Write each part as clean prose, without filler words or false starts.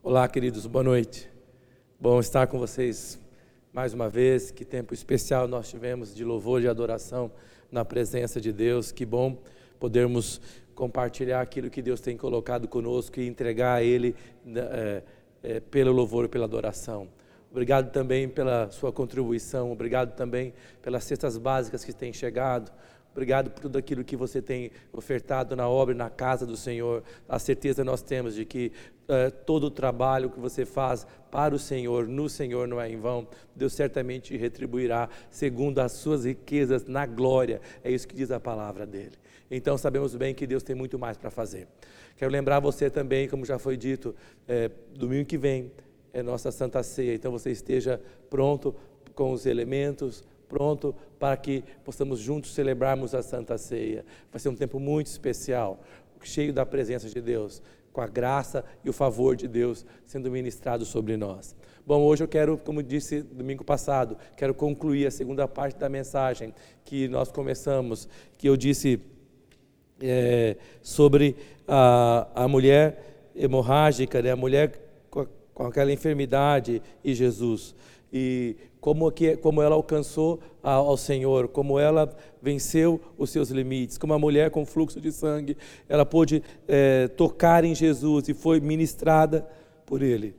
Olá, queridos, boa noite. Bom estar com vocês mais uma vez. Que tempo especial nós tivemos de louvor e adoração na presença de Deus. Que bom podermos compartilhar aquilo que Deus tem colocado conosco e entregar a Ele pelo louvor e pela adoração. Obrigado também pela sua contribuição, obrigado também pelas cestas básicas que têm chegado. Obrigado por tudo aquilo que você tem ofertado na obra e na casa do Senhor. A certeza nós temos de que todo o trabalho que você faz para o Senhor, no Senhor, não é em vão. Deus certamente retribuirá segundo as suas riquezas na glória. É isso que diz a palavra dele. Então sabemos bem que Deus tem muito mais para fazer. Quero lembrar você também, como já foi dito, domingo que vem é nossa Santa Ceia. Então você esteja pronto com os elementos, pronto para que possamos juntos celebrarmos a Santa Ceia. Vai ser um tempo muito especial, cheio da presença de Deus, com a graça e o favor de Deus sendo ministrado sobre nós. Bom, hoje eu quero, como disse domingo passado, quero concluir a segunda parte da mensagem que nós começamos, que eu disse sobre a mulher hemorrágica, né? A mulher com aquela enfermidade e Jesus. E como ela alcançou ao Senhor, como ela venceu os seus limites, como a mulher com fluxo de sangue, ela pôde tocar em Jesus e foi ministrada por Ele.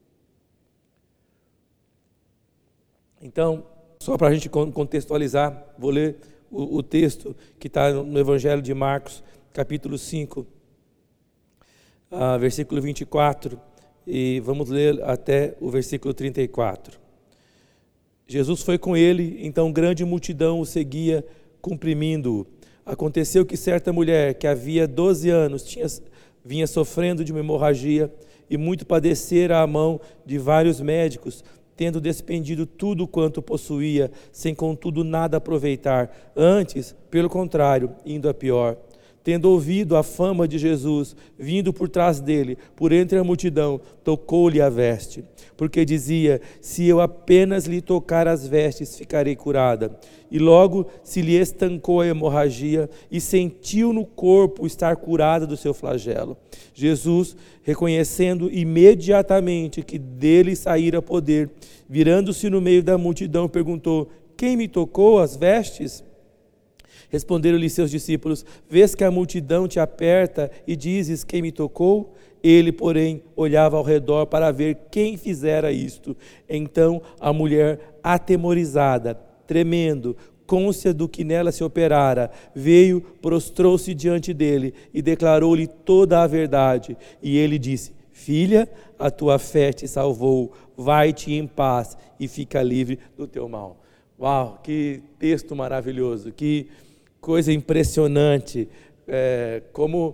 Então, só para a gente contextualizar, vou ler o texto que está no Evangelho de Marcos, capítulo 5, versículo 24, e vamos ler até o versículo 34. Jesus foi com ele, então grande multidão o seguia, comprimindo-o. Aconteceu que certa mulher, que havia 12 anos, vinha sofrendo de uma hemorragia, e muito padecera à mão de vários médicos, tendo despendido tudo quanto possuía, sem contudo nada aproveitar, antes, pelo contrário, indo a pior. Tendo ouvido a fama de Jesus, vindo por trás dele, por entre a multidão, tocou-lhe a veste, porque dizia: se eu apenas lhe tocar as vestes, ficarei curada. E logo se lhe estancou a hemorragia e sentiu no corpo estar curada do seu flagelo. Jesus, reconhecendo imediatamente que dele saíra poder, virando-se no meio da multidão, perguntou: quem me tocou as vestes? Responderam-lhe seus discípulos: vês que a multidão te aperta e dizes: quem me tocou? Ele, porém, olhava ao redor para ver quem fizera isto. Então a mulher, atemorizada, tremendo, cônscia do que nela se operara, veio, prostrou-se diante dele e declarou-lhe toda a verdade. E ele disse: filha, a tua fé te salvou, vai-te em paz e fica livre do teu mal. Uau, que texto maravilhoso, que coisa impressionante, como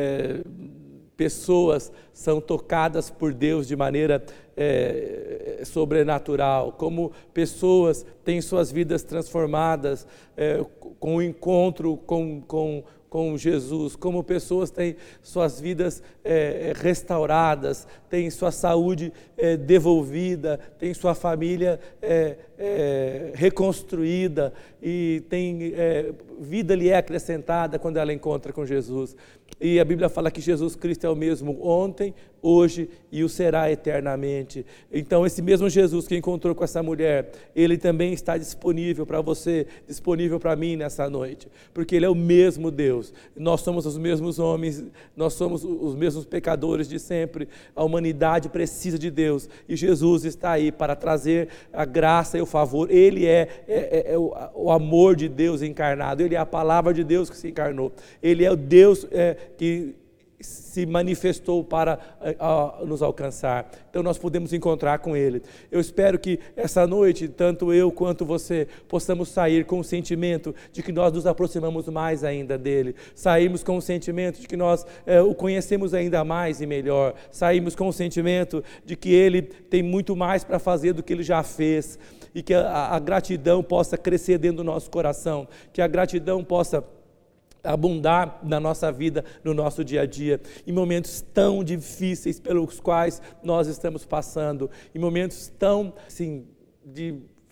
pessoas são tocadas por Deus de maneira sobrenatural, como pessoas têm suas vidas transformadas com o encontro com Jesus, como pessoas têm suas vidas restauradas, têm sua saúde devolvida, têm sua família reconstruída e tem vida lhe é acrescentada quando ela encontra com Jesus. E a Bíblia fala que Jesus Cristo é o mesmo ontem, hoje e o será eternamente. Então esse mesmo Jesus que encontrou com essa mulher, Ele também está disponível para você, disponível para mim nessa noite, porque Ele é o mesmo Deus. Nós somos os mesmos homens, nós somos os mesmos pecadores de sempre. A humanidade precisa de Deus e Jesus está aí para trazer a graça e o favor. Ele é o amor de Deus encarnado, Ele é a palavra de Deus que se encarnou, Ele é o Deus que se manifestou para nos alcançar. Então nós podemos encontrar com Ele. Eu espero que essa noite, tanto eu quanto você, possamos sair com o sentimento de que nós nos aproximamos mais ainda dEle. Saímos com o sentimento de que nós o conhecemos ainda mais e melhor. Saímos com o sentimento de que Ele tem muito mais para fazer do que Ele já fez. E que a gratidão possa crescer dentro do nosso coração. Que a gratidão possa abundar na nossa vida, no nosso dia a dia, em momentos tão difíceis pelos quais nós estamos passando, em momentos tão, assim, de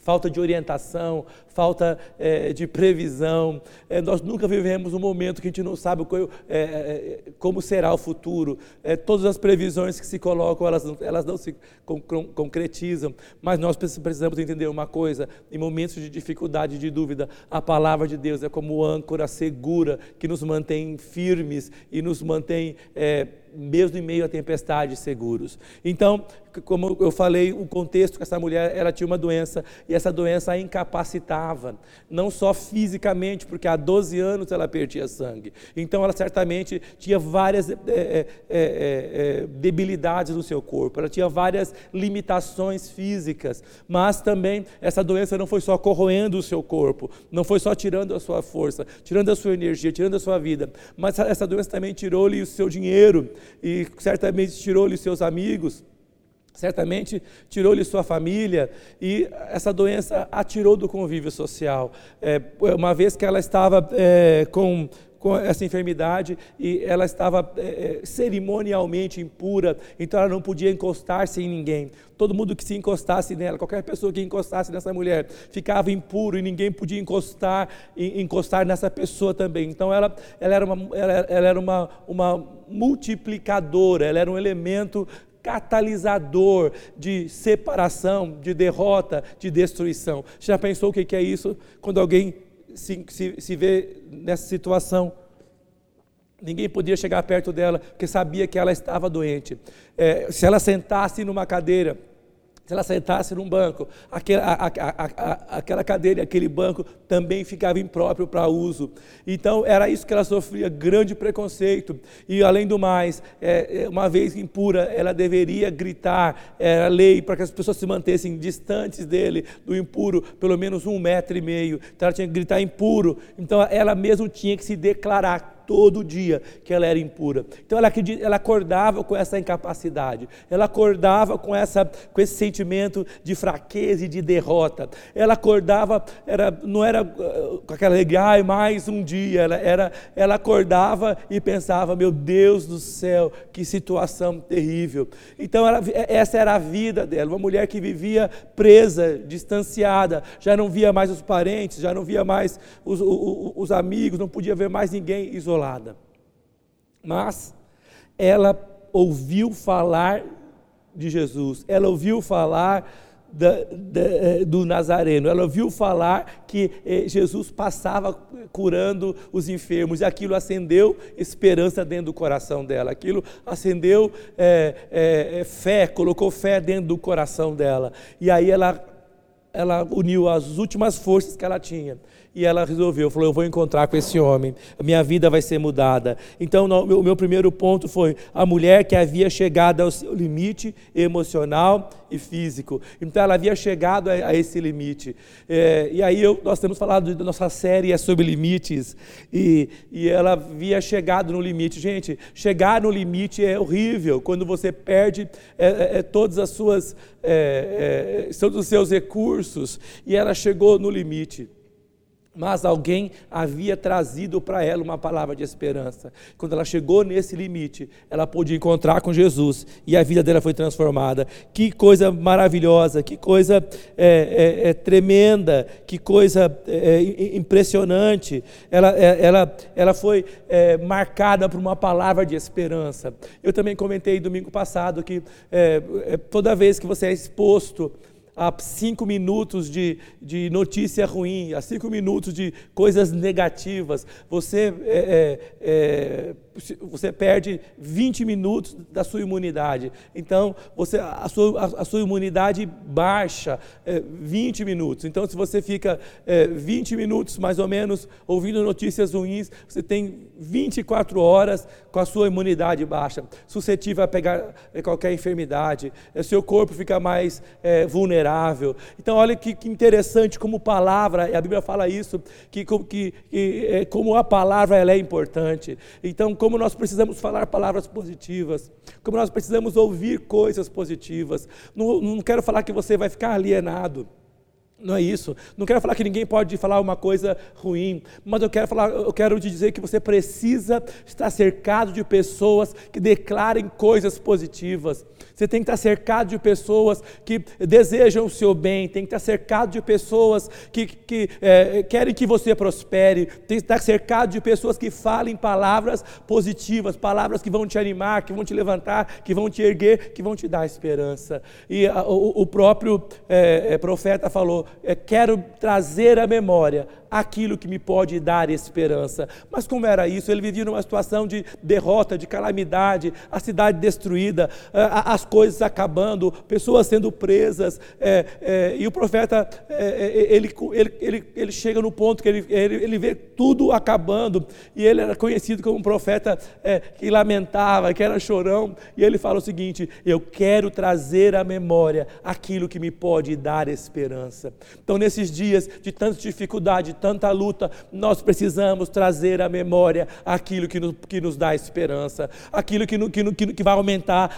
falta de orientação, falta de previsão. Nós nunca vivemos um momento que a gente não sabe como será o futuro. Todas as previsões que se colocam, elas não se concretizam, mas nós precisamos entender uma coisa: em momentos de dificuldade, de dúvida, a palavra de Deus é como âncora segura que nos mantém firmes e nos mantém mesmo em meio à tempestade, seguros. Então, como eu falei, o contexto que essa mulher, ela tinha uma doença, e essa doença a incapacitava, não só fisicamente, porque há 12 anos ela perdia sangue, então ela certamente tinha várias debilidades no seu corpo, ela tinha várias limitações físicas, mas também essa doença não foi só corroendo o seu corpo, não foi só tirando a sua força, tirando a sua energia, tirando a sua vida, mas essa doença também tirou-lhe o seu dinheiro, e certamente tirou-lhe seus amigos, certamente tirou-lhe sua família, e essa doença a tirou do convívio social. Uma vez que ela estava com essa enfermidade, e ela estava cerimonialmente impura, então ela não podia encostar-se em ninguém. Todo mundo que se encostasse nela, qualquer pessoa que encostasse nessa mulher, ficava impuro, e ninguém podia encostar nessa pessoa também. Então ela era uma multiplicadora, ela era um elemento catalisador de separação, de derrota, de destruição. Você já pensou o que é isso? Quando alguém se vê nessa situação, ninguém podia chegar perto dela, porque sabia que ela estava doente. Se ela sentasse numa cadeira, se ela sentasse num banco, aquela cadeira e aquele banco também ficava impróprio para uso. Então era isso que ela sofria, grande preconceito. E além do mais, uma vez impura, ela deveria gritar, era lei para que as pessoas se mantessem distantes dele, do impuro, pelo menos 1,5 metro. Então ela tinha que gritar impuro. Então ela mesmo tinha que se declarar todo dia que ela era impura. Então ela acordava com essa incapacidade, ela acordava com esse sentimento de fraqueza e de derrota. Ela acordava, não era com aquela alegria, mais um dia, ela acordava e pensava: meu Deus do céu, que situação terrível. Então essa era a vida dela, uma mulher que vivia presa, distanciada, já não via mais os parentes, já não via mais os amigos, não podia ver mais ninguém, isolada. Mas ela ouviu falar de Jesus, ela ouviu falar do Nazareno, ela ouviu falar que Jesus passava curando os enfermos, e aquilo acendeu esperança dentro do coração dela, aquilo acendeu fé, colocou fé dentro do coração dela, e aí ela uniu as últimas forças que ela tinha, e ela falou: eu vou encontrar com esse homem, a minha vida vai ser mudada. Então o meu primeiro ponto foi a mulher que havia chegado ao seu limite emocional e físico. Então ela havia chegado a esse limite, e aí nós temos falado da nossa série sobre limites, e ela havia chegado no limite. Gente, chegar no limite é horrível, quando você perde todos os seus recursos, e ela chegou no limite. Mas alguém havia trazido para ela uma palavra de esperança. Quando ela chegou nesse limite, ela pôde encontrar com Jesus, e a vida dela foi transformada. Que coisa maravilhosa, que coisa tremenda, que coisa impressionante. Ela foi marcada por uma palavra de esperança. Eu também comentei domingo passado que toda vez que você é exposto a 5 minutos de notícia ruim, a 5 minutos de coisas negativas, você perde 20 minutos da sua imunidade. Então, a sua imunidade baixa 20 minutos. Então, se você fica 20 minutos, mais ou menos, ouvindo notícias ruins, você tem 24 horas com a sua imunidade baixa, suscetível a pegar qualquer enfermidade, seu corpo fica mais vulnerável. Então olha que interessante como palavra, a Bíblia fala isso, como a palavra ela é importante. Então como nós precisamos falar palavras positivas, como nós precisamos ouvir coisas positivas. Não quero falar que você vai ficar alienado, Não é isso. Não quero falar que ninguém pode falar uma coisa ruim, mas eu quero te dizer que você precisa estar cercado de pessoas que declarem coisas positivas. Você tem que estar cercado de pessoas que desejam o seu bem, tem que estar cercado de pessoas que querem que você prospere, tem que estar cercado de pessoas que falem palavras positivas, palavras que vão te animar, que vão te levantar, que vão te erguer, que vão te dar esperança. E o próprio profeta falou, quero trazer à memória aquilo que me pode dar esperança. Mas como era isso? Ele vivia numa situação de derrota, de calamidade, a cidade destruída, as coisas acabando, pessoas sendo presas, e o profeta, ele chega no ponto que ele vê tudo acabando, e ele era conhecido como um profeta que lamentava, que era chorão, e ele fala o seguinte, eu quero trazer à memória aquilo que me pode dar esperança. Então nesses dias de tanta dificuldade, tanta luta, nós precisamos trazer à memória aquilo que nos dá esperança, aquilo que vai aumentar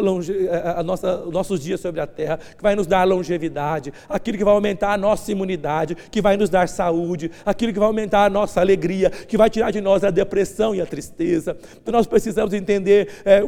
nossos dias sobre a terra, que vai nos dar longevidade, aquilo que vai aumentar a nossa imunidade, que vai nos dar saúde, aquilo que vai aumentar a nossa alegria, que vai tirar de nós a depressão e a tristeza. Então nós precisamos entender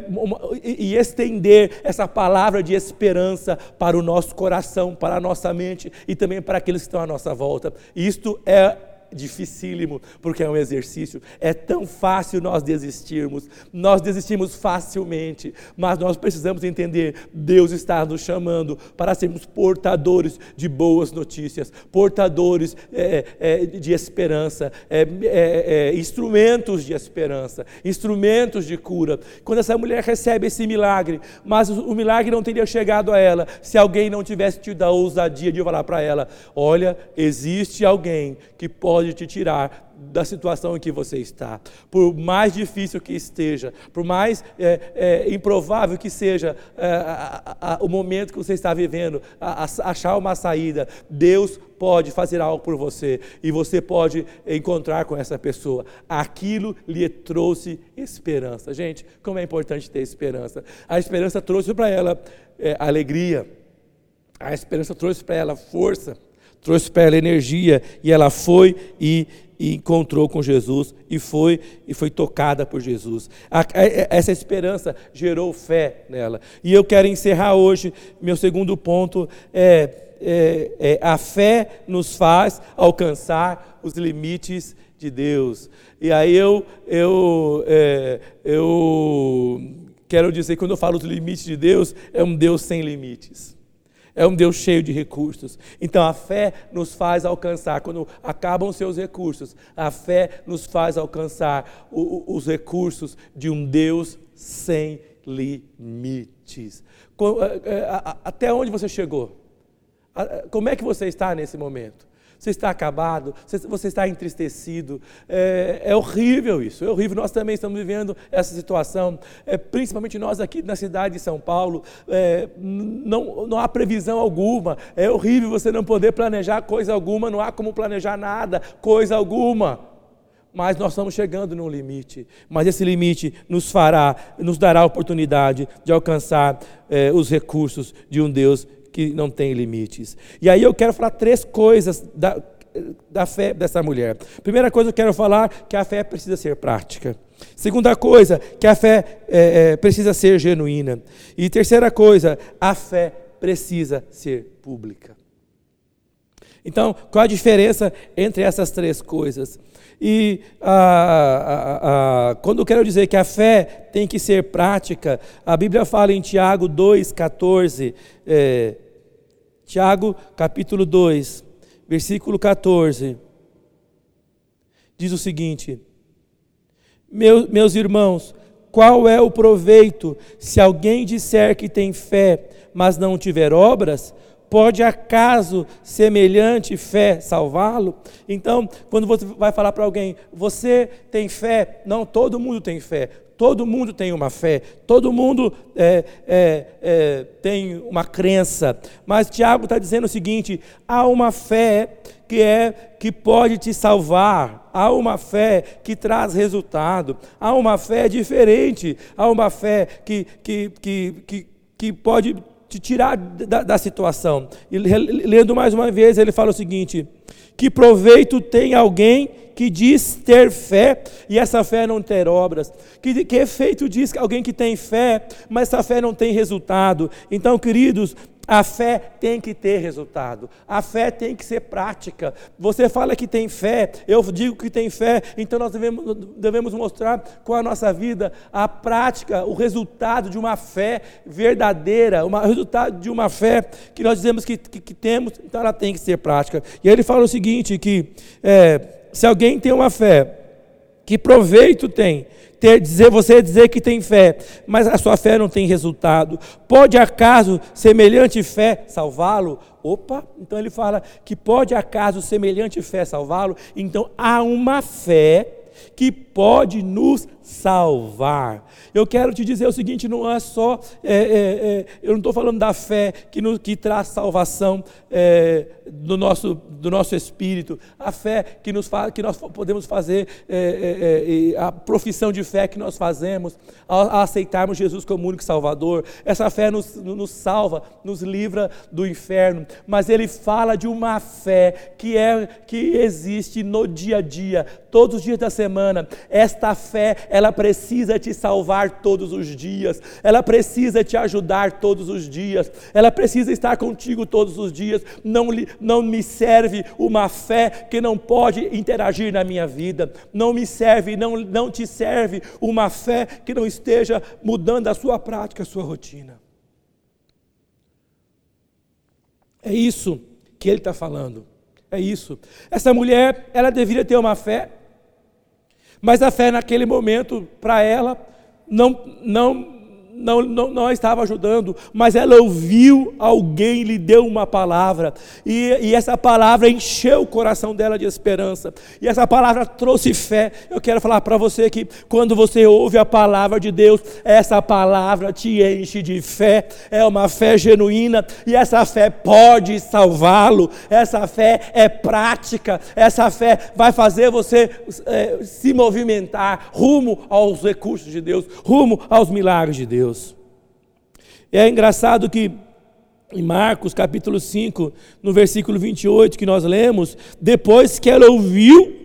e estender essa palavra de esperança para o nosso coração, para a nossa mente e também para aqueles que estão à nossa volta. Isto é dificílimo, porque é um exercício, é tão fácil nós desistimos facilmente, mas nós precisamos entender, Deus está nos chamando para sermos portadores de boas notícias, portadores de esperança, instrumentos de esperança, instrumentos de cura. Quando essa mulher recebe esse milagre, mas o milagre não teria chegado a ela, se alguém não tivesse tido a ousadia de falar para ela, olha, existe alguém que pode te tirar da situação em que você está, por mais difícil que esteja, por mais improvável que seja o momento que você está vivendo, achar uma saída, Deus pode fazer algo por você, e você pode encontrar com essa pessoa, aquilo lhe trouxe esperança. Gente, como é importante ter esperança. A esperança trouxe para ela alegria, a esperança trouxe para ela força, trouxe para ela energia, e ela foi e encontrou com Jesus, e foi tocada por Jesus. Essa esperança gerou fé nela. E eu quero encerrar hoje, meu segundo ponto a fé nos faz alcançar os limites de Deus. E aí eu quero dizer, quando eu falo dos limites de Deus, é um Deus sem limites. É um Deus cheio de recursos. Então a fé nos faz alcançar, quando acabam os seus recursos, a fé nos faz alcançar os recursos de um Deus sem limites. Até onde você chegou? Como é que você está nesse momento? Você está acabado? Você está entristecido? É horrível isso, é horrível. Nós também estamos vivendo essa situação, principalmente nós aqui na cidade de São Paulo. Não há previsão alguma, é horrível você não poder planejar coisa alguma, não há como planejar nada, coisa alguma. Mas nós estamos chegando num limite, mas esse limite nos dará a oportunidade de alcançar os recursos de um Deus que não tem limites. E aí eu quero falar 3 coisas da fé dessa mulher. Primeira coisa, eu quero falar que a fé precisa ser prática. Segunda coisa, que a fé precisa ser genuína. E terceira coisa, a fé precisa ser pública. Então, qual a diferença entre essas 3 coisas? E quando eu quero dizer que a fé tem que ser prática, a Bíblia fala em Tiago 2,14, Tiago capítulo 2, versículo 14, diz o seguinte: meus irmãos, qual é o proveito se alguém disser que tem fé, mas não tiver obras? Pode acaso semelhante fé salvá-lo? Então, quando você vai falar para alguém, você tem fé? Não, todo mundo tem fé. Todo mundo tem uma fé, todo mundo tem uma crença, mas Tiago está dizendo o seguinte: há uma fé que pode te salvar, há uma fé que traz resultado, há uma fé diferente, há uma fé que pode te tirar da situação. E lendo mais uma vez, ele fala o seguinte: que proveito tem alguém que diz ter fé e essa fé não ter obras? Que efeito diz alguém que tem fé, mas essa fé não tem resultado? Então, queridos, a fé tem que ter resultado, a fé tem que ser prática. Você fala que tem fé, eu digo que tem fé, então nós devemos mostrar com a nossa vida a prática, o resultado de uma fé verdadeira, o resultado de uma fé que nós dizemos que temos, então ela tem que ser prática. E aí ele fala o seguinte, que se alguém tem uma fé, que proveito tem você dizer que tem fé, mas a sua fé não tem resultado? Pode acaso semelhante fé salvá-lo? Opa, então ele fala que pode acaso semelhante fé salvá-lo? Então há uma fé que pode nos salvar. Eu quero te dizer o seguinte, não é só, eu não estou falando da fé que traz salvação do nosso espírito, a fé que nós podemos fazer, a profissão de fé que nós fazemos ao aceitarmos Jesus como único Salvador. Essa fé nos salva, nos livra do inferno, mas ele fala de uma fé que existe no dia a dia, todos os dias da semana. Esta fé, ela precisa te salvar todos os dias, ela precisa te ajudar todos os dias, ela precisa estar contigo todos os dias. Não me serve uma fé que não pode interagir na minha vida, não me serve, não te serve uma fé que não esteja mudando a sua prática, a sua rotina. É isso que ele está falando, é isso. Essa mulher, ela deveria ter uma fé, mas a fé naquele momento, para ela, não estava ajudando, mas ela ouviu alguém, lhe deu uma palavra, e essa palavra encheu o coração dela de esperança, e essa palavra trouxe fé. Eu quero falar para você que quando você ouve a palavra de Deus, essa palavra te enche de fé, é uma fé genuína, e essa fé pode salvá-lo, essa fé é prática, essa fé vai fazer você se movimentar rumo aos recursos de Deus, rumo aos milagres de Deus. É engraçado que em Marcos capítulo 5, no versículo 28 que nós lemos, depois que ela ouviu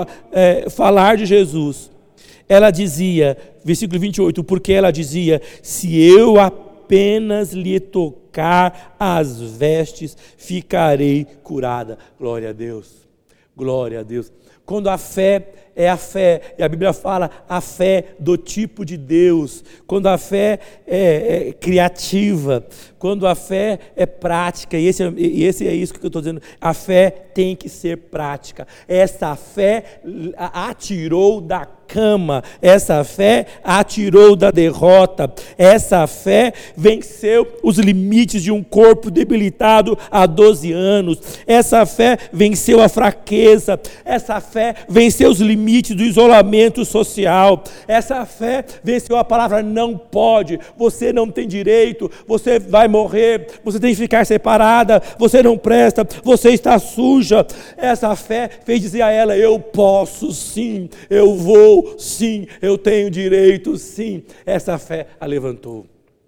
falar de Jesus, ela dizia, versículo 28, porque ela dizia: se eu apenas lhe tocar as vestes, ficarei curada. Glória a Deus, glória a Deus. Quando a fé é a fé, e a Bíblia fala a fé do tipo de Deus, quando a fé é criativa, quando a fé é prática, e esse é isso que eu estou dizendo, a fé tem que ser prática. Essa fé a tirou da cama, essa fé a tirou da derrota, essa fé venceu os limites de um corpo debilitado há 12 anos, essa fé venceu a fraqueza, essa fé venceu os limites do isolamento social, essa fé venceu a palavra não pode, você não tem direito, você vai morrer, você tem que ficar separada, você não presta, você está suja. Essa fé fez dizer a ela: eu posso sim, eu vou sim, eu tenho direito sim. Essa fé a levantou.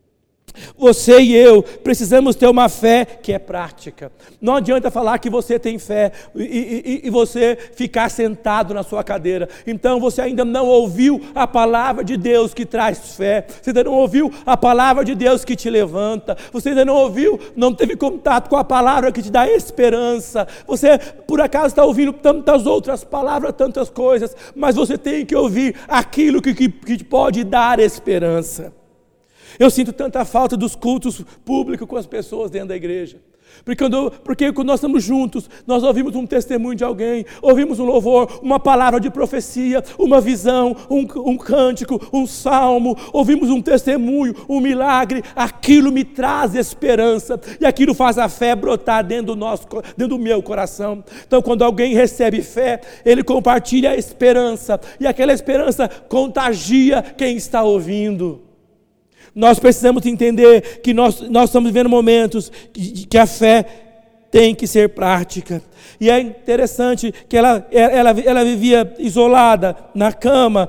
Você e eu precisamos ter uma fé que é prática. Não adianta falar que você tem fé e você ficar sentado na sua cadeira. Então você ainda não ouviu a palavra de Deus que traz fé. Você ainda não ouviu a palavra de Deus que te levanta. Você ainda não ouviu, não teve contato com a palavra que te dá esperança. Você por acaso está ouvindo tantas outras palavras, tantas coisas, mas você tem que ouvir aquilo que te pode dar esperança. Eu sinto tanta falta dos cultos públicos com as pessoas dentro da igreja. Porque quando nós estamos juntos, nós ouvimos um testemunho de alguém, ouvimos um louvor, uma palavra de profecia, uma visão, um cântico, um salmo, ouvimos um testemunho, um milagre, aquilo me traz esperança, e aquilo faz a fé brotar dentro do meu coração. Então quando alguém recebe fé, ele compartilha a esperança, e aquela esperança contagia quem está ouvindo. Nós precisamos entender que nós estamos vivendo momentos que a fé tem que ser prática. E é interessante que ela vivia isolada, na cama,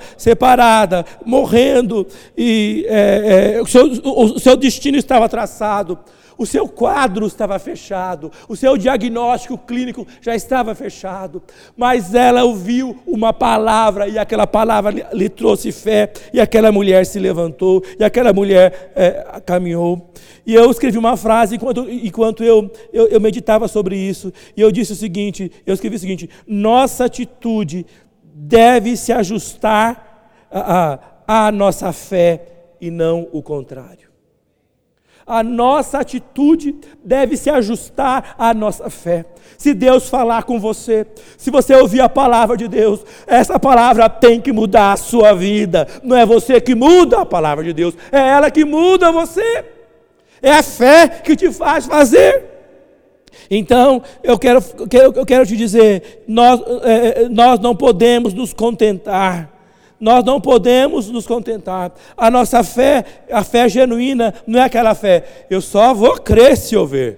separada, morrendo, e o seu destino estava traçado. O seu quadro estava fechado, o seu diagnóstico clínico já estava fechado, mas ela ouviu uma palavra e aquela palavra lhe trouxe fé, e aquela mulher se levantou, e aquela mulher caminhou. E eu escrevi uma frase enquanto eu meditava sobre isso, e eu disse o seguinte, eu escrevi o seguinte: nossa atitude deve se ajustar à nossa fé e não o contrário. A nossa atitude deve se ajustar à nossa fé. Se Deus falar com você, se você ouvir a palavra de Deus, essa palavra tem que mudar a sua vida. Não é você que muda a palavra de Deus, é ela que muda você. É a fé que te faz fazer. Então, eu quero te dizer, nós não podemos nos contentar. Nós não podemos nos contentar. A nossa fé, a fé genuína, não é aquela fé, eu só vou crer se eu ver.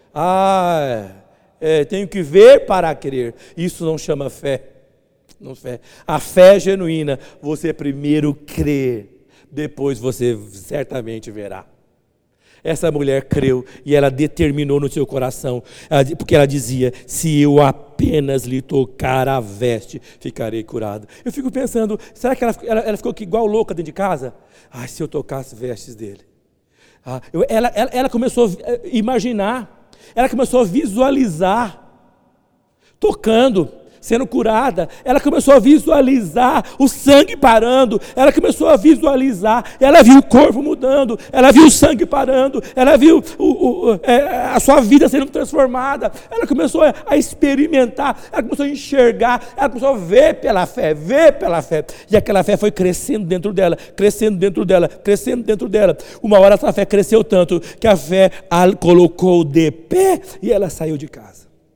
Tenho que ver para crer. Isso não chama fé. Não fé. A fé genuína, você primeiro crê, depois você certamente verá. Essa mulher creu e ela determinou no seu coração, porque ela dizia: se eu apenas lhe tocar a veste, ficarei curada. Eu fico pensando, será que ela ficou igual louca dentro de casa? Se eu tocasse as vestes dele. Ela começou a imaginar, ela começou a visualizar, tocando, sendo curada. Ela começou a visualizar o sangue parando, ela começou a visualizar, ela viu o corpo mudando, ela viu o sangue parando, ela viu a sua vida sendo transformada, ela começou a experimentar, ela começou a enxergar, ela começou a ver pela fé, e aquela fé foi crescendo dentro dela, crescendo dentro dela, crescendo dentro dela. Uma hora essa fé cresceu tanto, que a fé a colocou de pé, e ela saiu de casa.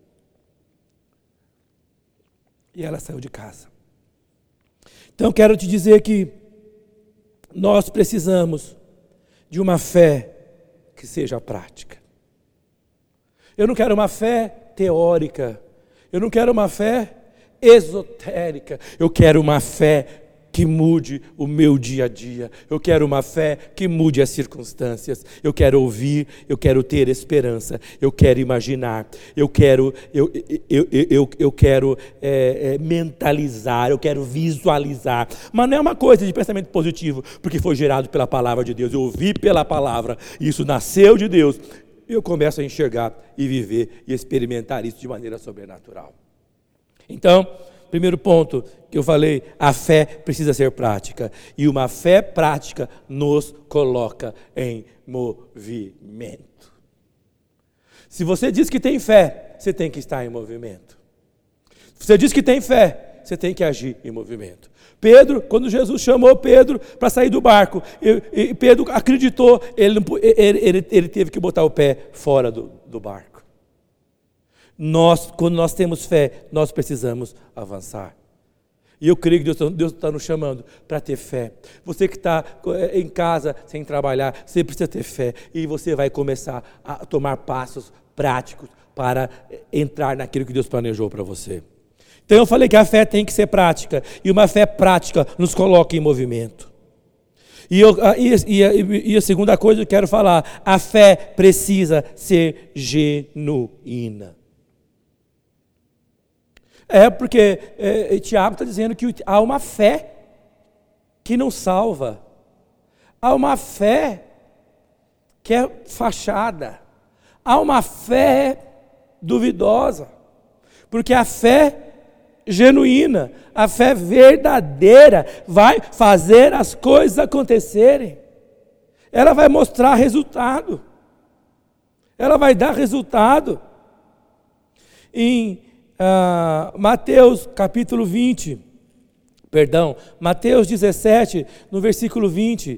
Então quero te dizer que nós precisamos de uma fé que seja prática. Eu não quero uma fé teórica, eu não quero uma fé esotérica, eu quero uma fé que mude o meu dia a dia, eu quero uma fé que mude as circunstâncias, eu quero ouvir, eu quero ter esperança, eu quero imaginar, eu quero mentalizar, eu quero visualizar, mas não é uma coisa de pensamento positivo, porque foi gerado pela palavra de Deus, eu ouvi pela palavra, isso nasceu de Deus, eu começo a enxergar e viver e experimentar isso de maneira sobrenatural. Então, primeiro ponto que eu falei, a fé precisa ser prática. E uma fé prática nos coloca em movimento. Se você diz que tem fé, você tem que estar em movimento. Se você diz que tem fé, você tem que agir em movimento. Pedro, quando Jesus chamou Pedro para sair do barco, e Pedro acreditou, ele teve que botar o pé fora do barco. Quando nós temos fé, nós precisamos avançar. E eu creio que Deus está nos chamando para ter fé. Você que está em casa sem trabalhar, você precisa ter fé. E você vai começar a tomar passos práticos para entrar naquilo que Deus planejou para você. Então eu falei que a fé tem que ser prática. E uma fé prática nos coloca em movimento. E a segunda coisa que eu quero falar, a fé precisa ser genuína. Porque Tiago está dizendo que há uma fé que não salva. Há uma fé que é fachada. Há uma fé duvidosa. Porque a fé genuína, a fé verdadeira vai fazer as coisas acontecerem. Ela vai mostrar resultado. Ela vai dar resultado. Mateus capítulo 20, Mateus 17, no versículo 20,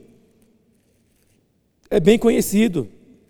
é bem conhecido.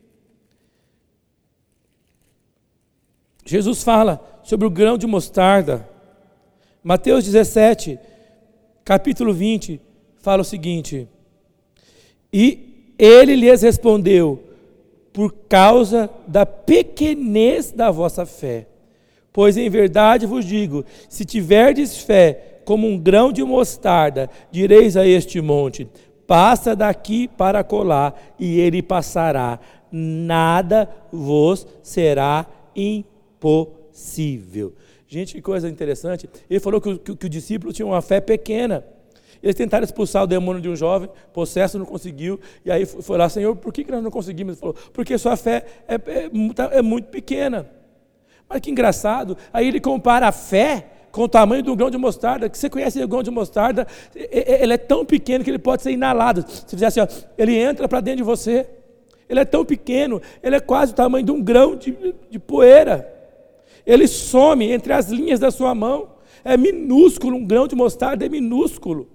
Jesus fala sobre o grão de mostarda. Mateus 17, capítulo 20, fala o seguinte: e ele lhes respondeu, por causa da pequenez da vossa fé. Pois em verdade vos digo, se tiverdes fé como um grão de mostarda, direis a este monte, passa daqui para acolá, e ele passará, nada vos será impossível. Gente, que coisa interessante. Ele falou que o discípulo tinha uma fé pequena. Eles tentaram expulsar o demônio de um jovem, possesso, não conseguiu. E aí foi lá, Senhor, por que nós não conseguimos? Ele falou, porque sua fé é muito pequena. Mas que engraçado. Aí ele compara a fé com o tamanho do grão de mostarda. Que você conhece o grão de mostarda? Ele é tão pequeno que ele pode ser inalado. Se fizer assim, ó, ele entra para dentro de você. Ele é tão pequeno, ele é quase o tamanho de um grão de poeira. Ele some entre as linhas da sua mão. É minúsculo, um grão de mostarda é minúsculo.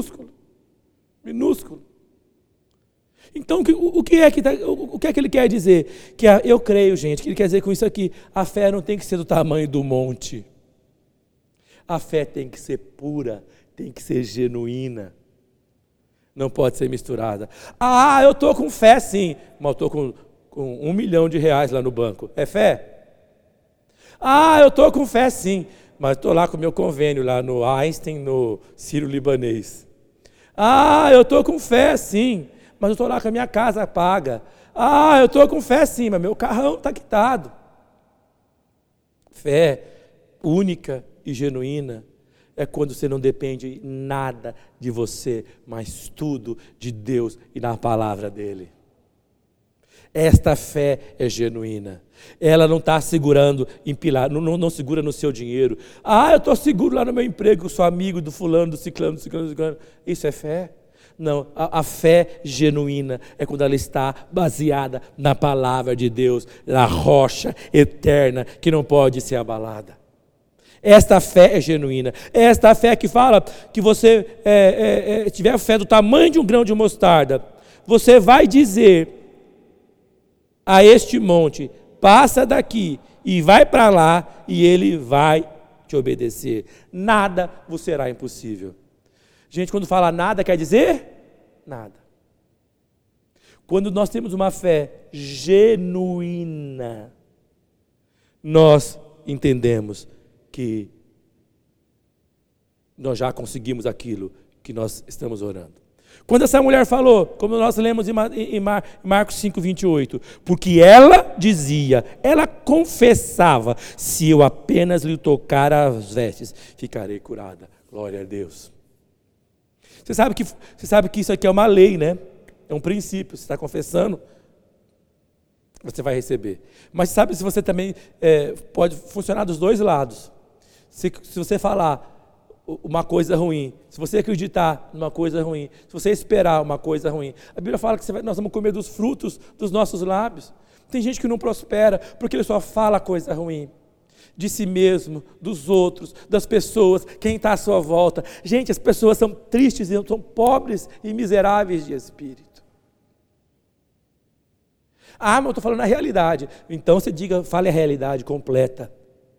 Então, o que é que ele quer dizer? Eu creio, gente, que ele quer dizer com isso aqui, a fé não tem que ser do tamanho do monte. A fé tem que ser pura, tem que ser genuína. Não pode ser misturada. Ah, eu estou com fé sim, mas eu estou com R$1 milhão lá no banco. É fé? Ah, eu estou com fé sim, mas estou lá com o meu convênio lá no Einstein, no Sírio-Libanês. Ah, eu estou com fé sim, mas eu estou lá com a minha casa paga. Ah, eu estou com fé sim, mas meu carrão está quitado. Fé única e genuína é quando você não depende nada de você, mas tudo de Deus e na palavra dEle. Esta fé é genuína. Ela não está segurando em pilar, não segura no seu dinheiro. Ah, eu estou seguro lá no meu emprego, sou amigo do fulano, do ciclano. Isso é fé? Não, a fé genuína é quando ela está baseada na palavra de Deus, na rocha eterna que não pode ser abalada. Esta fé é genuína. Esta fé que fala que você tiver fé do tamanho de um grão de mostarda, você vai dizer a este monte, passa daqui e vai para lá, e ele vai te obedecer. Nada vos será impossível. Gente, quando fala nada, quer dizer nada. Quando nós temos uma fé genuína, nós entendemos que nós já conseguimos aquilo que nós estamos orando. Quando essa mulher falou, como nós lemos em Marcos 5:28, porque ela dizia, ela confessava, se eu apenas lhe tocar as vestes, ficarei curada. Glória a Deus. Você sabe que isso aqui é uma lei, né? É um princípio. Você está confessando, você vai receber. Mas sabe se você também pode funcionar dos dois lados. Se você falar uma coisa ruim, se você acreditar numa coisa ruim, se você esperar uma coisa ruim, a Bíblia fala que nós vamos comer dos frutos dos nossos lábios. Tem gente que não prospera porque ele só fala coisa ruim de si mesmo, dos outros, das pessoas, quem está à sua volta. Gente, as pessoas são tristes, são pobres e miseráveis de espírito. Ah, mas eu estou falando a realidade. Então você fale a realidade completa.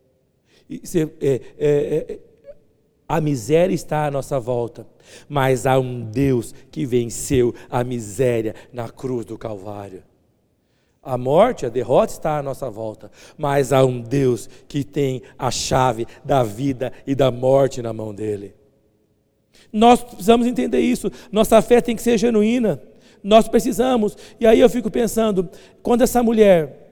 A miséria está à nossa volta, mas há um Deus que venceu a miséria na cruz do Calvário. A morte, a derrota está à nossa volta, mas há um Deus que tem a chave da vida e da morte na mão dele. Nós precisamos entender isso. Nossa fé tem que ser genuína. Nós precisamos. E aí eu fico pensando, quando essa mulher,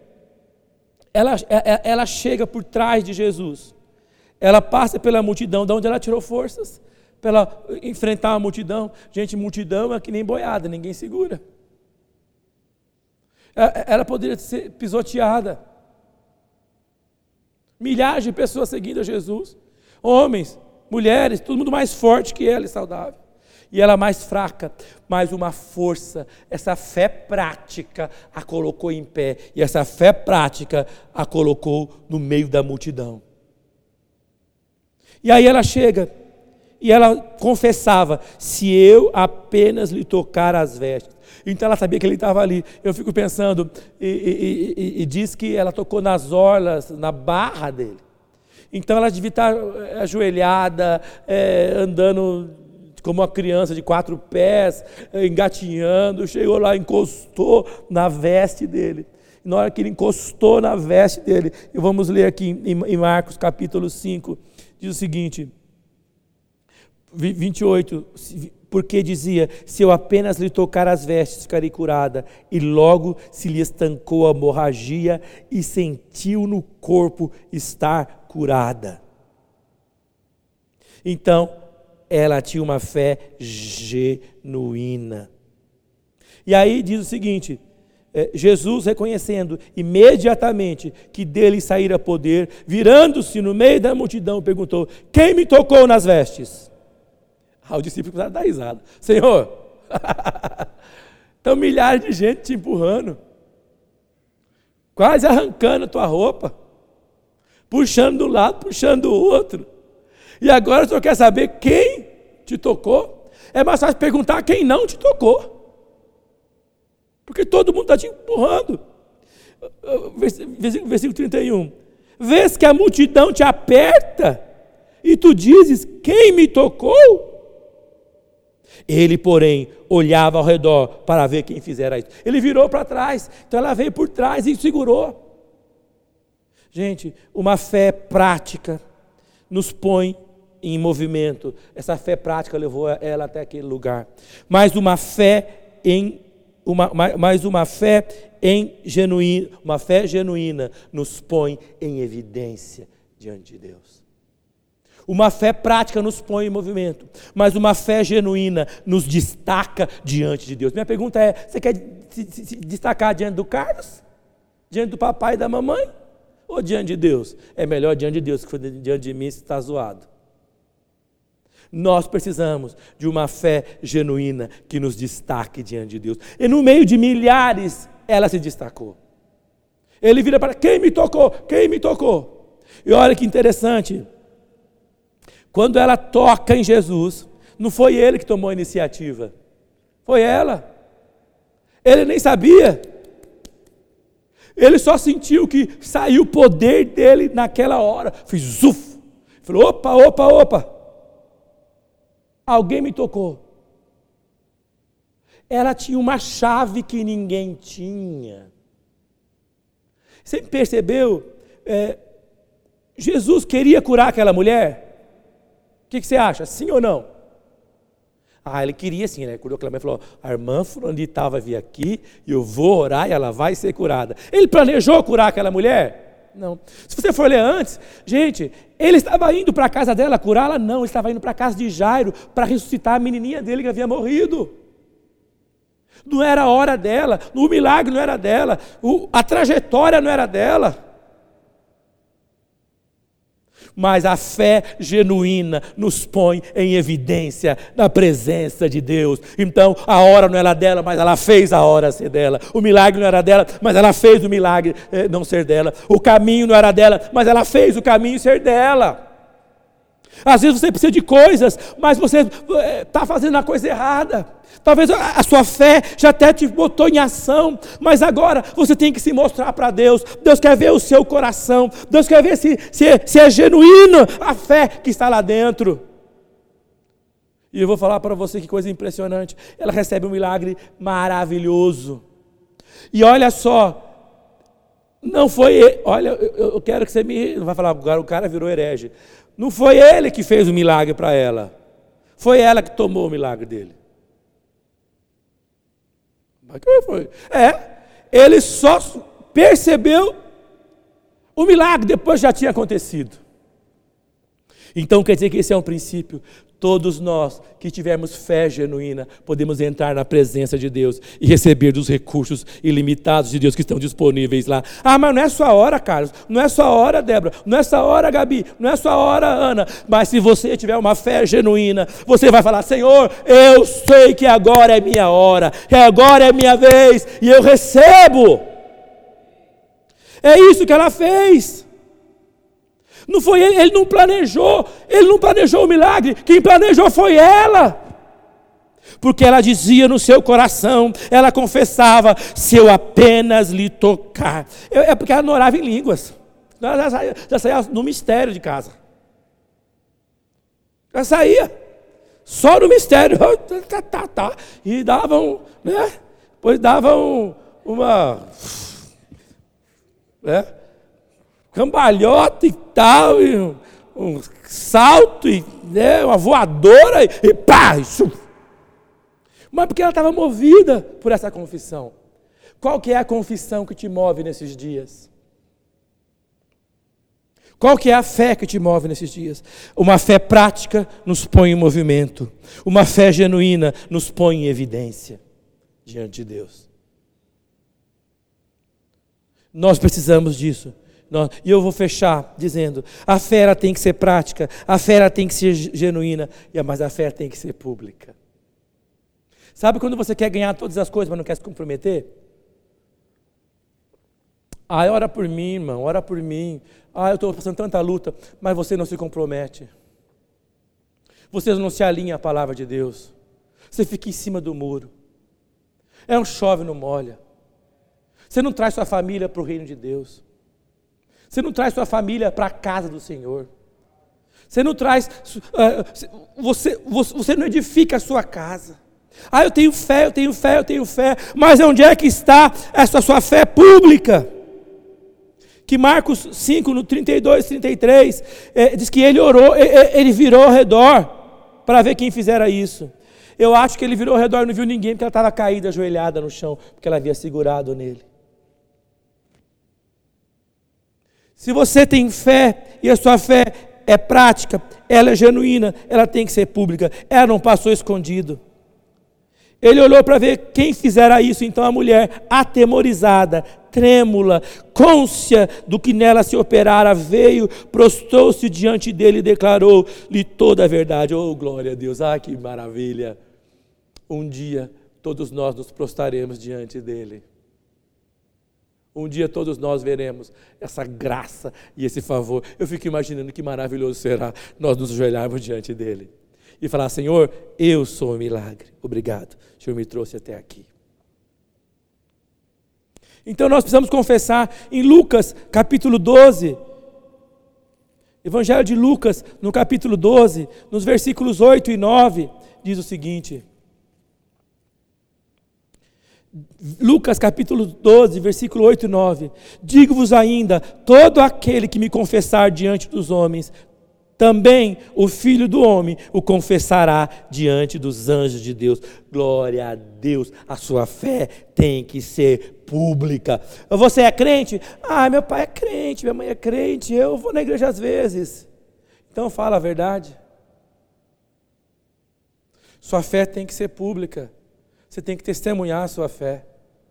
ela chega por trás de Jesus, ela passa pela multidão, de onde ela tirou forças para ela enfrentar a multidão. Gente, multidão é que nem boiada, ninguém segura. Ela poderia ser pisoteada. Milhares de pessoas seguindo a Jesus. Homens, mulheres, todo mundo mais forte que ela e saudável. E ela mais fraca, mas uma força. Essa fé prática a colocou em pé. E essa fé prática a colocou no meio da multidão. E aí ela chega e ela confessava, se eu apenas lhe tocar as vestes. Então ela sabia que ele estava ali. Eu fico pensando, e diz que ela tocou nas orlas, na barra dele. Então ela devia estar ajoelhada, andando como uma criança de 4 pés, engatinhando, chegou lá, encostou na veste dele. E na hora que ele encostou na veste dele, e vamos ler aqui em Marcos capítulo 5, diz o seguinte, 28, porque dizia, se eu apenas lhe tocar as vestes, ficarei curada. E logo se lhe estancou a hemorragia e sentiu no corpo estar curada. Então, ela tinha uma fé genuína. E aí diz o seguinte, Jesus reconhecendo imediatamente que dele saíra poder, virando-se no meio da multidão, perguntou, quem me tocou nas vestes? O discípulo começaram a dar risada. Senhor, estão milhares de gente te empurrando, quase arrancando a tua roupa, puxando de um lado, puxando do outro. E agora o senhor quer saber quem te tocou? É mais fácil perguntar quem não te tocou. Porque todo mundo está te empurrando. Versículo 31. Vês que a multidão te aperta e tu dizes, quem me tocou? Ele, porém, olhava ao redor para ver quem fizera isso. Ele virou para trás, então ela veio por trás e segurou. Gente, uma fé prática nos põe em movimento. Essa fé prática levou ela até aquele lugar. Mas uma fé genuína nos põe em evidência diante de Deus. Uma fé prática nos põe em movimento, mas uma fé genuína nos destaca diante de Deus. Minha pergunta é, você quer se destacar diante do Carlos? Diante do papai e da mamãe? Ou diante de Deus? É melhor diante de Deus, que diante de mim você está zoado. Nós precisamos de uma fé genuína que nos destaque diante de Deus. E no meio de milhares, ela se destacou. Ele vira para, quem me tocou? Quem me tocou? E olha que interessante. Quando ela toca em Jesus, não foi ele que tomou a iniciativa, foi ela. Ele nem sabia. Ele só sentiu que saiu o poder dele naquela hora. Fez zuf. Falou, opa. Alguém me tocou. Ela tinha uma chave que ninguém tinha. Você percebeu? Jesus queria curar aquela mulher? O que você acha? Sim ou não? Ele queria sim, né? Curou aquela mulher e falou, a irmã fulana de tal vai vir aqui, e eu vou orar e ela vai ser curada. Ele planejou curar aquela mulher? Não. Se você for ler antes, gente, ele estava indo para a casa dela curá-la? Não, ele estava indo para a casa de Jairo para ressuscitar a menininha dele que havia morrido. Não era a hora dela, o milagre não era dela, a trajetória não era dela. Mas a fé genuína nos põe em evidência na presença de Deus. Então, a hora não era dela, mas ela fez a hora ser dela. O milagre não era dela, mas ela fez o milagre não ser dela. O caminho não era dela, mas ela fez o caminho ser dela. Às vezes você precisa de coisas, mas você está fazendo a coisa errada. Talvez a sua fé já até te botou em ação, mas agora você tem que se mostrar para Deus. Deus quer ver o seu coração. Deus quer ver se é genuína a fé que está lá dentro. E eu vou falar para você que coisa impressionante. Ela recebe um milagre maravilhoso. E olha só, não foi ele, olha, eu quero que você me... Não vai falar, agora o cara virou herege. Não foi ele que fez o milagre para ela. Foi ela que tomou o milagre dele. Mas que foi? Ele só percebeu o milagre, depois já tinha acontecido. Então quer dizer que esse é um princípio. Todos nós que tivermos fé genuína, podemos entrar na presença de Deus e receber dos recursos ilimitados de Deus que estão disponíveis lá. Mas não é sua hora, Carlos, não é sua hora, Débora, não é sua hora, Gabi, não é sua hora, Ana. Mas se você tiver uma fé genuína, você vai falar, Senhor, eu sei que agora é minha hora, que agora é minha vez, e eu recebo. É isso que ela fez. Não foi ele não planejou o milagre, quem planejou foi ela. Porque ela dizia no seu coração, ela confessava, se eu apenas lhe tocar. É porque ela não orava em línguas, ela já saía no mistério de casa. Já saía, só no mistério, e davam, né? Depois davam uma... cambalhota e tal, um salto, e, né, uma voadora, e pá! Mas porque ela estava movida por essa confissão. Qual que é a confissão que te move nesses dias? Qual que é a fé que te move nesses dias? Uma fé prática nos põe em movimento. Uma fé genuína nos põe em evidência diante de Deus. Nós precisamos disso. E eu vou fechar dizendo, a fé ela tem que ser prática, a fé ela tem que ser genuína, mas a fé tem que ser pública. Sabe quando você quer ganhar todas as coisas, mas não quer se comprometer? Ora por mim, irmão, ora por mim. Eu estou passando tanta luta, mas você não se compromete. Você não se alinha à palavra de Deus. Você fica em cima do muro. É um chove, não molha. Você não traz sua família para o reino de Deus. Você não traz sua família para a casa do Senhor. Você não traz, você não edifica a sua casa. Eu tenho fé, eu tenho fé, eu tenho fé. Mas onde é que está essa sua fé pública? Que Marcos 5, no 32, 33, diz que ele orou, ele virou ao redor para ver quem fizera isso. Eu acho que ele virou ao redor e não viu ninguém, porque ela estava caída, ajoelhada no chão, porque ela havia segurado nele. Se você tem fé, e a sua fé é prática, ela é genuína, ela tem que ser pública, ela não passou escondido. Ele olhou para ver quem fizera isso, então a mulher, atemorizada, trêmula, cônscia do que nela se operara, veio, prostrou-se diante dele e declarou-lhe toda a verdade. Oh, glória a Deus, que maravilha! Um dia todos nós nos prostraremos diante dele. Um dia todos nós veremos essa graça e esse favor. Eu fico imaginando que maravilhoso será nós nos ajoelharmos diante dele e falar: Senhor, eu sou o milagre, obrigado, o Senhor me trouxe até aqui. Então nós precisamos confessar em Lucas capítulo 12, Evangelho de Lucas no capítulo 12, nos versículos 8 e 9, diz o seguinte: Lucas capítulo 12, versículo 8 e 9: digo-vos ainda, todo aquele que me confessar diante dos homens, também o Filho do Homem o confessará diante dos anjos de Deus. Glória a Deus, a sua fé tem que ser pública. Você é crente? Meu pai é crente, minha mãe é crente, eu vou na igreja às vezes. Então fala a verdade. Sua fé tem que ser pública. Você tem que testemunhar a sua fé.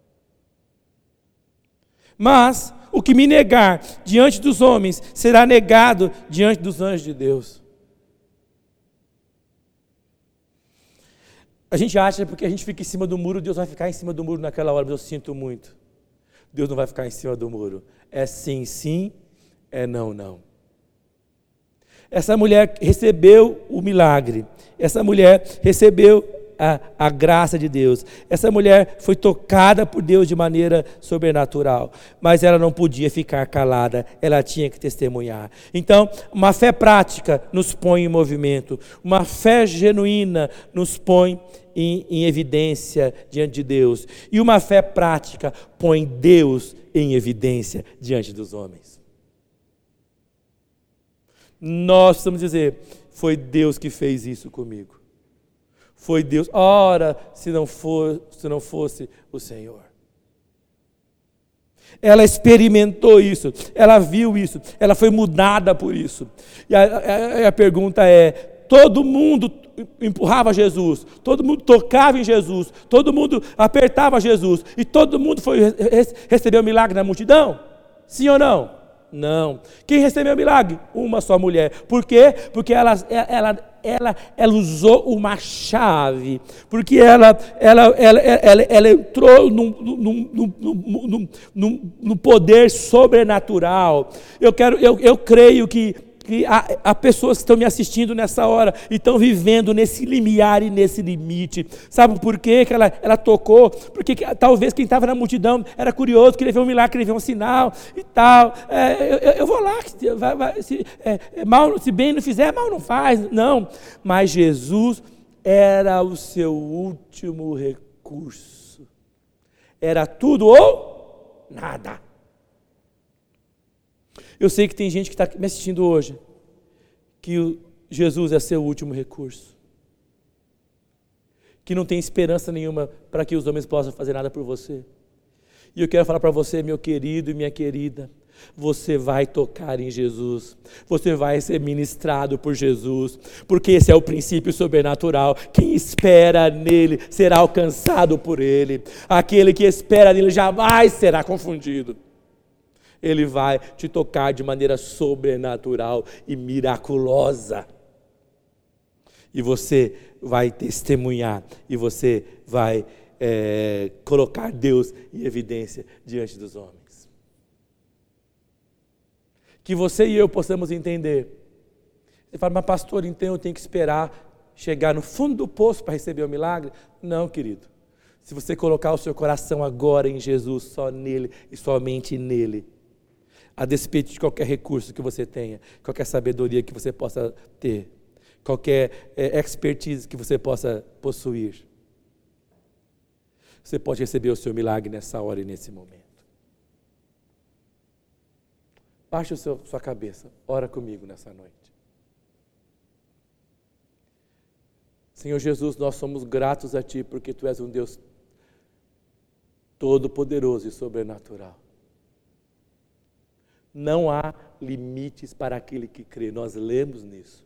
Mas o que me negar diante dos homens será negado diante dos anjos de Deus. A gente acha que porque a gente fica em cima do muro, Deus vai ficar em cima do muro naquela hora, mas eu sinto muito. Deus não vai ficar em cima do muro. É sim, sim, é não, não. Essa mulher recebeu o milagre. Essa mulher recebeu a graça de Deus. Essa mulher foi tocada por Deus de maneira sobrenatural, mas ela não podia ficar calada, ela tinha que testemunhar. Então, uma fé prática nos põe em movimento, uma fé genuína nos põe em evidência diante de Deus, e uma fé prática põe Deus em evidência diante dos homens. Nós precisamos dizer: foi Deus que fez isso comigo. Foi Deus, ora, se não fosse o Senhor. Ela experimentou isso, ela viu isso, ela foi mudada por isso. E a pergunta é: todo mundo empurrava Jesus, todo mundo tocava em Jesus, todo mundo apertava Jesus, e todo mundo recebeu o milagre na multidão? Sim ou não? Não. Quem recebeu o milagre? Uma só mulher. Por quê? Porque ela usou uma chave, porque ela entrou num poder sobrenatural. Eu creio que há pessoas que estão me assistindo nessa hora e estão vivendo nesse limiar e nesse limite. Sabe por quê que ela tocou? Porque talvez quem estava na multidão era curioso, queria ver um milagre, queria ver um sinal e tal. Eu vou lá, se bem não fizer, mal não faz. Não, mas Jesus era o seu último recurso. Era tudo ou nada. Eu sei que tem gente que está me assistindo hoje que Jesus é seu último recurso, que não tem esperança nenhuma para que os homens possam fazer nada por você. E eu quero falar para você, meu querido e minha querida, você vai tocar em Jesus, você vai ser ministrado por Jesus, porque esse é o princípio sobrenatural. Quem espera nele será alcançado por ele. Aquele que espera nele jamais será confundido. Ele vai te tocar de maneira sobrenatural e miraculosa. E você vai testemunhar, e você vai colocar Deus em evidência diante dos homens. Que você e eu possamos entender. Você fala, mas pastor, então eu tenho que esperar chegar no fundo do poço para receber o milagre? Não, querido. Se você colocar o seu coração agora em Jesus, só nele e somente nele, a despeito de qualquer recurso que você tenha, qualquer sabedoria que você possa ter, qualquer expertise que você possa possuir, você pode receber o seu milagre nessa hora e nesse momento. Baixe sua cabeça, ora comigo nessa noite. Senhor Jesus, nós somos gratos a Ti porque Tu és um Deus todo-poderoso e sobrenatural. Não há limites para aquele que crê, nós lemos nisso.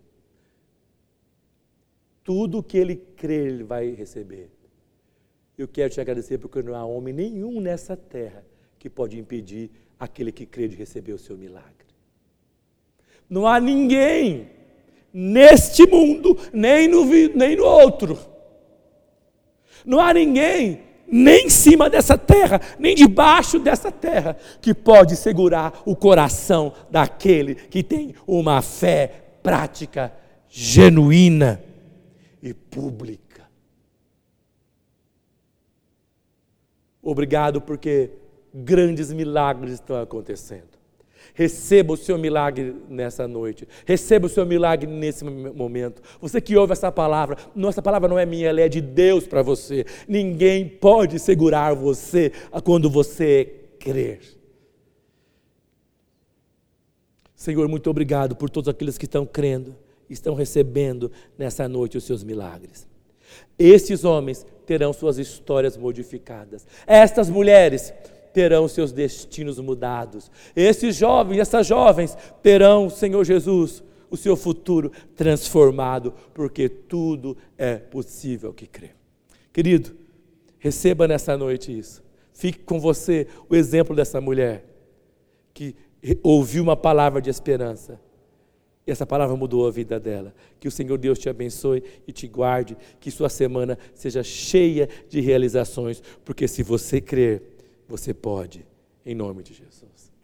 Tudo que ele crê, ele vai receber. Eu quero te agradecer porque não há homem nenhum nessa terra que pode impedir aquele que crê de receber o seu milagre. Não há ninguém neste mundo, nem no outro. Não há ninguém, nem em cima dessa terra, nem debaixo dessa terra, que pode segurar o coração daquele que tem uma fé prática, genuína e pública. Obrigado porque grandes milagres estão acontecendo. Receba o seu milagre nessa noite. Receba o seu milagre nesse momento. Você que ouve essa palavra, nossa palavra não é minha, ela é de Deus para você. Ninguém pode segurar você quando você crer. Senhor, muito obrigado por todos aqueles que estão crendo, estão recebendo nessa noite os seus milagres. Esses homens terão suas histórias modificadas. Estas mulheres terão seus destinos mudados. Esses jovens, essas jovens terão, Senhor Jesus, o seu futuro transformado, porque tudo é possível que crê. Querido, receba nessa noite isso. Fique com você o exemplo dessa mulher que ouviu uma palavra de esperança. E essa palavra mudou a vida dela. Que o Senhor Deus te abençoe e te guarde. Que sua semana seja cheia de realizações. Porque se você crer, você pode. Em nome de Jesus.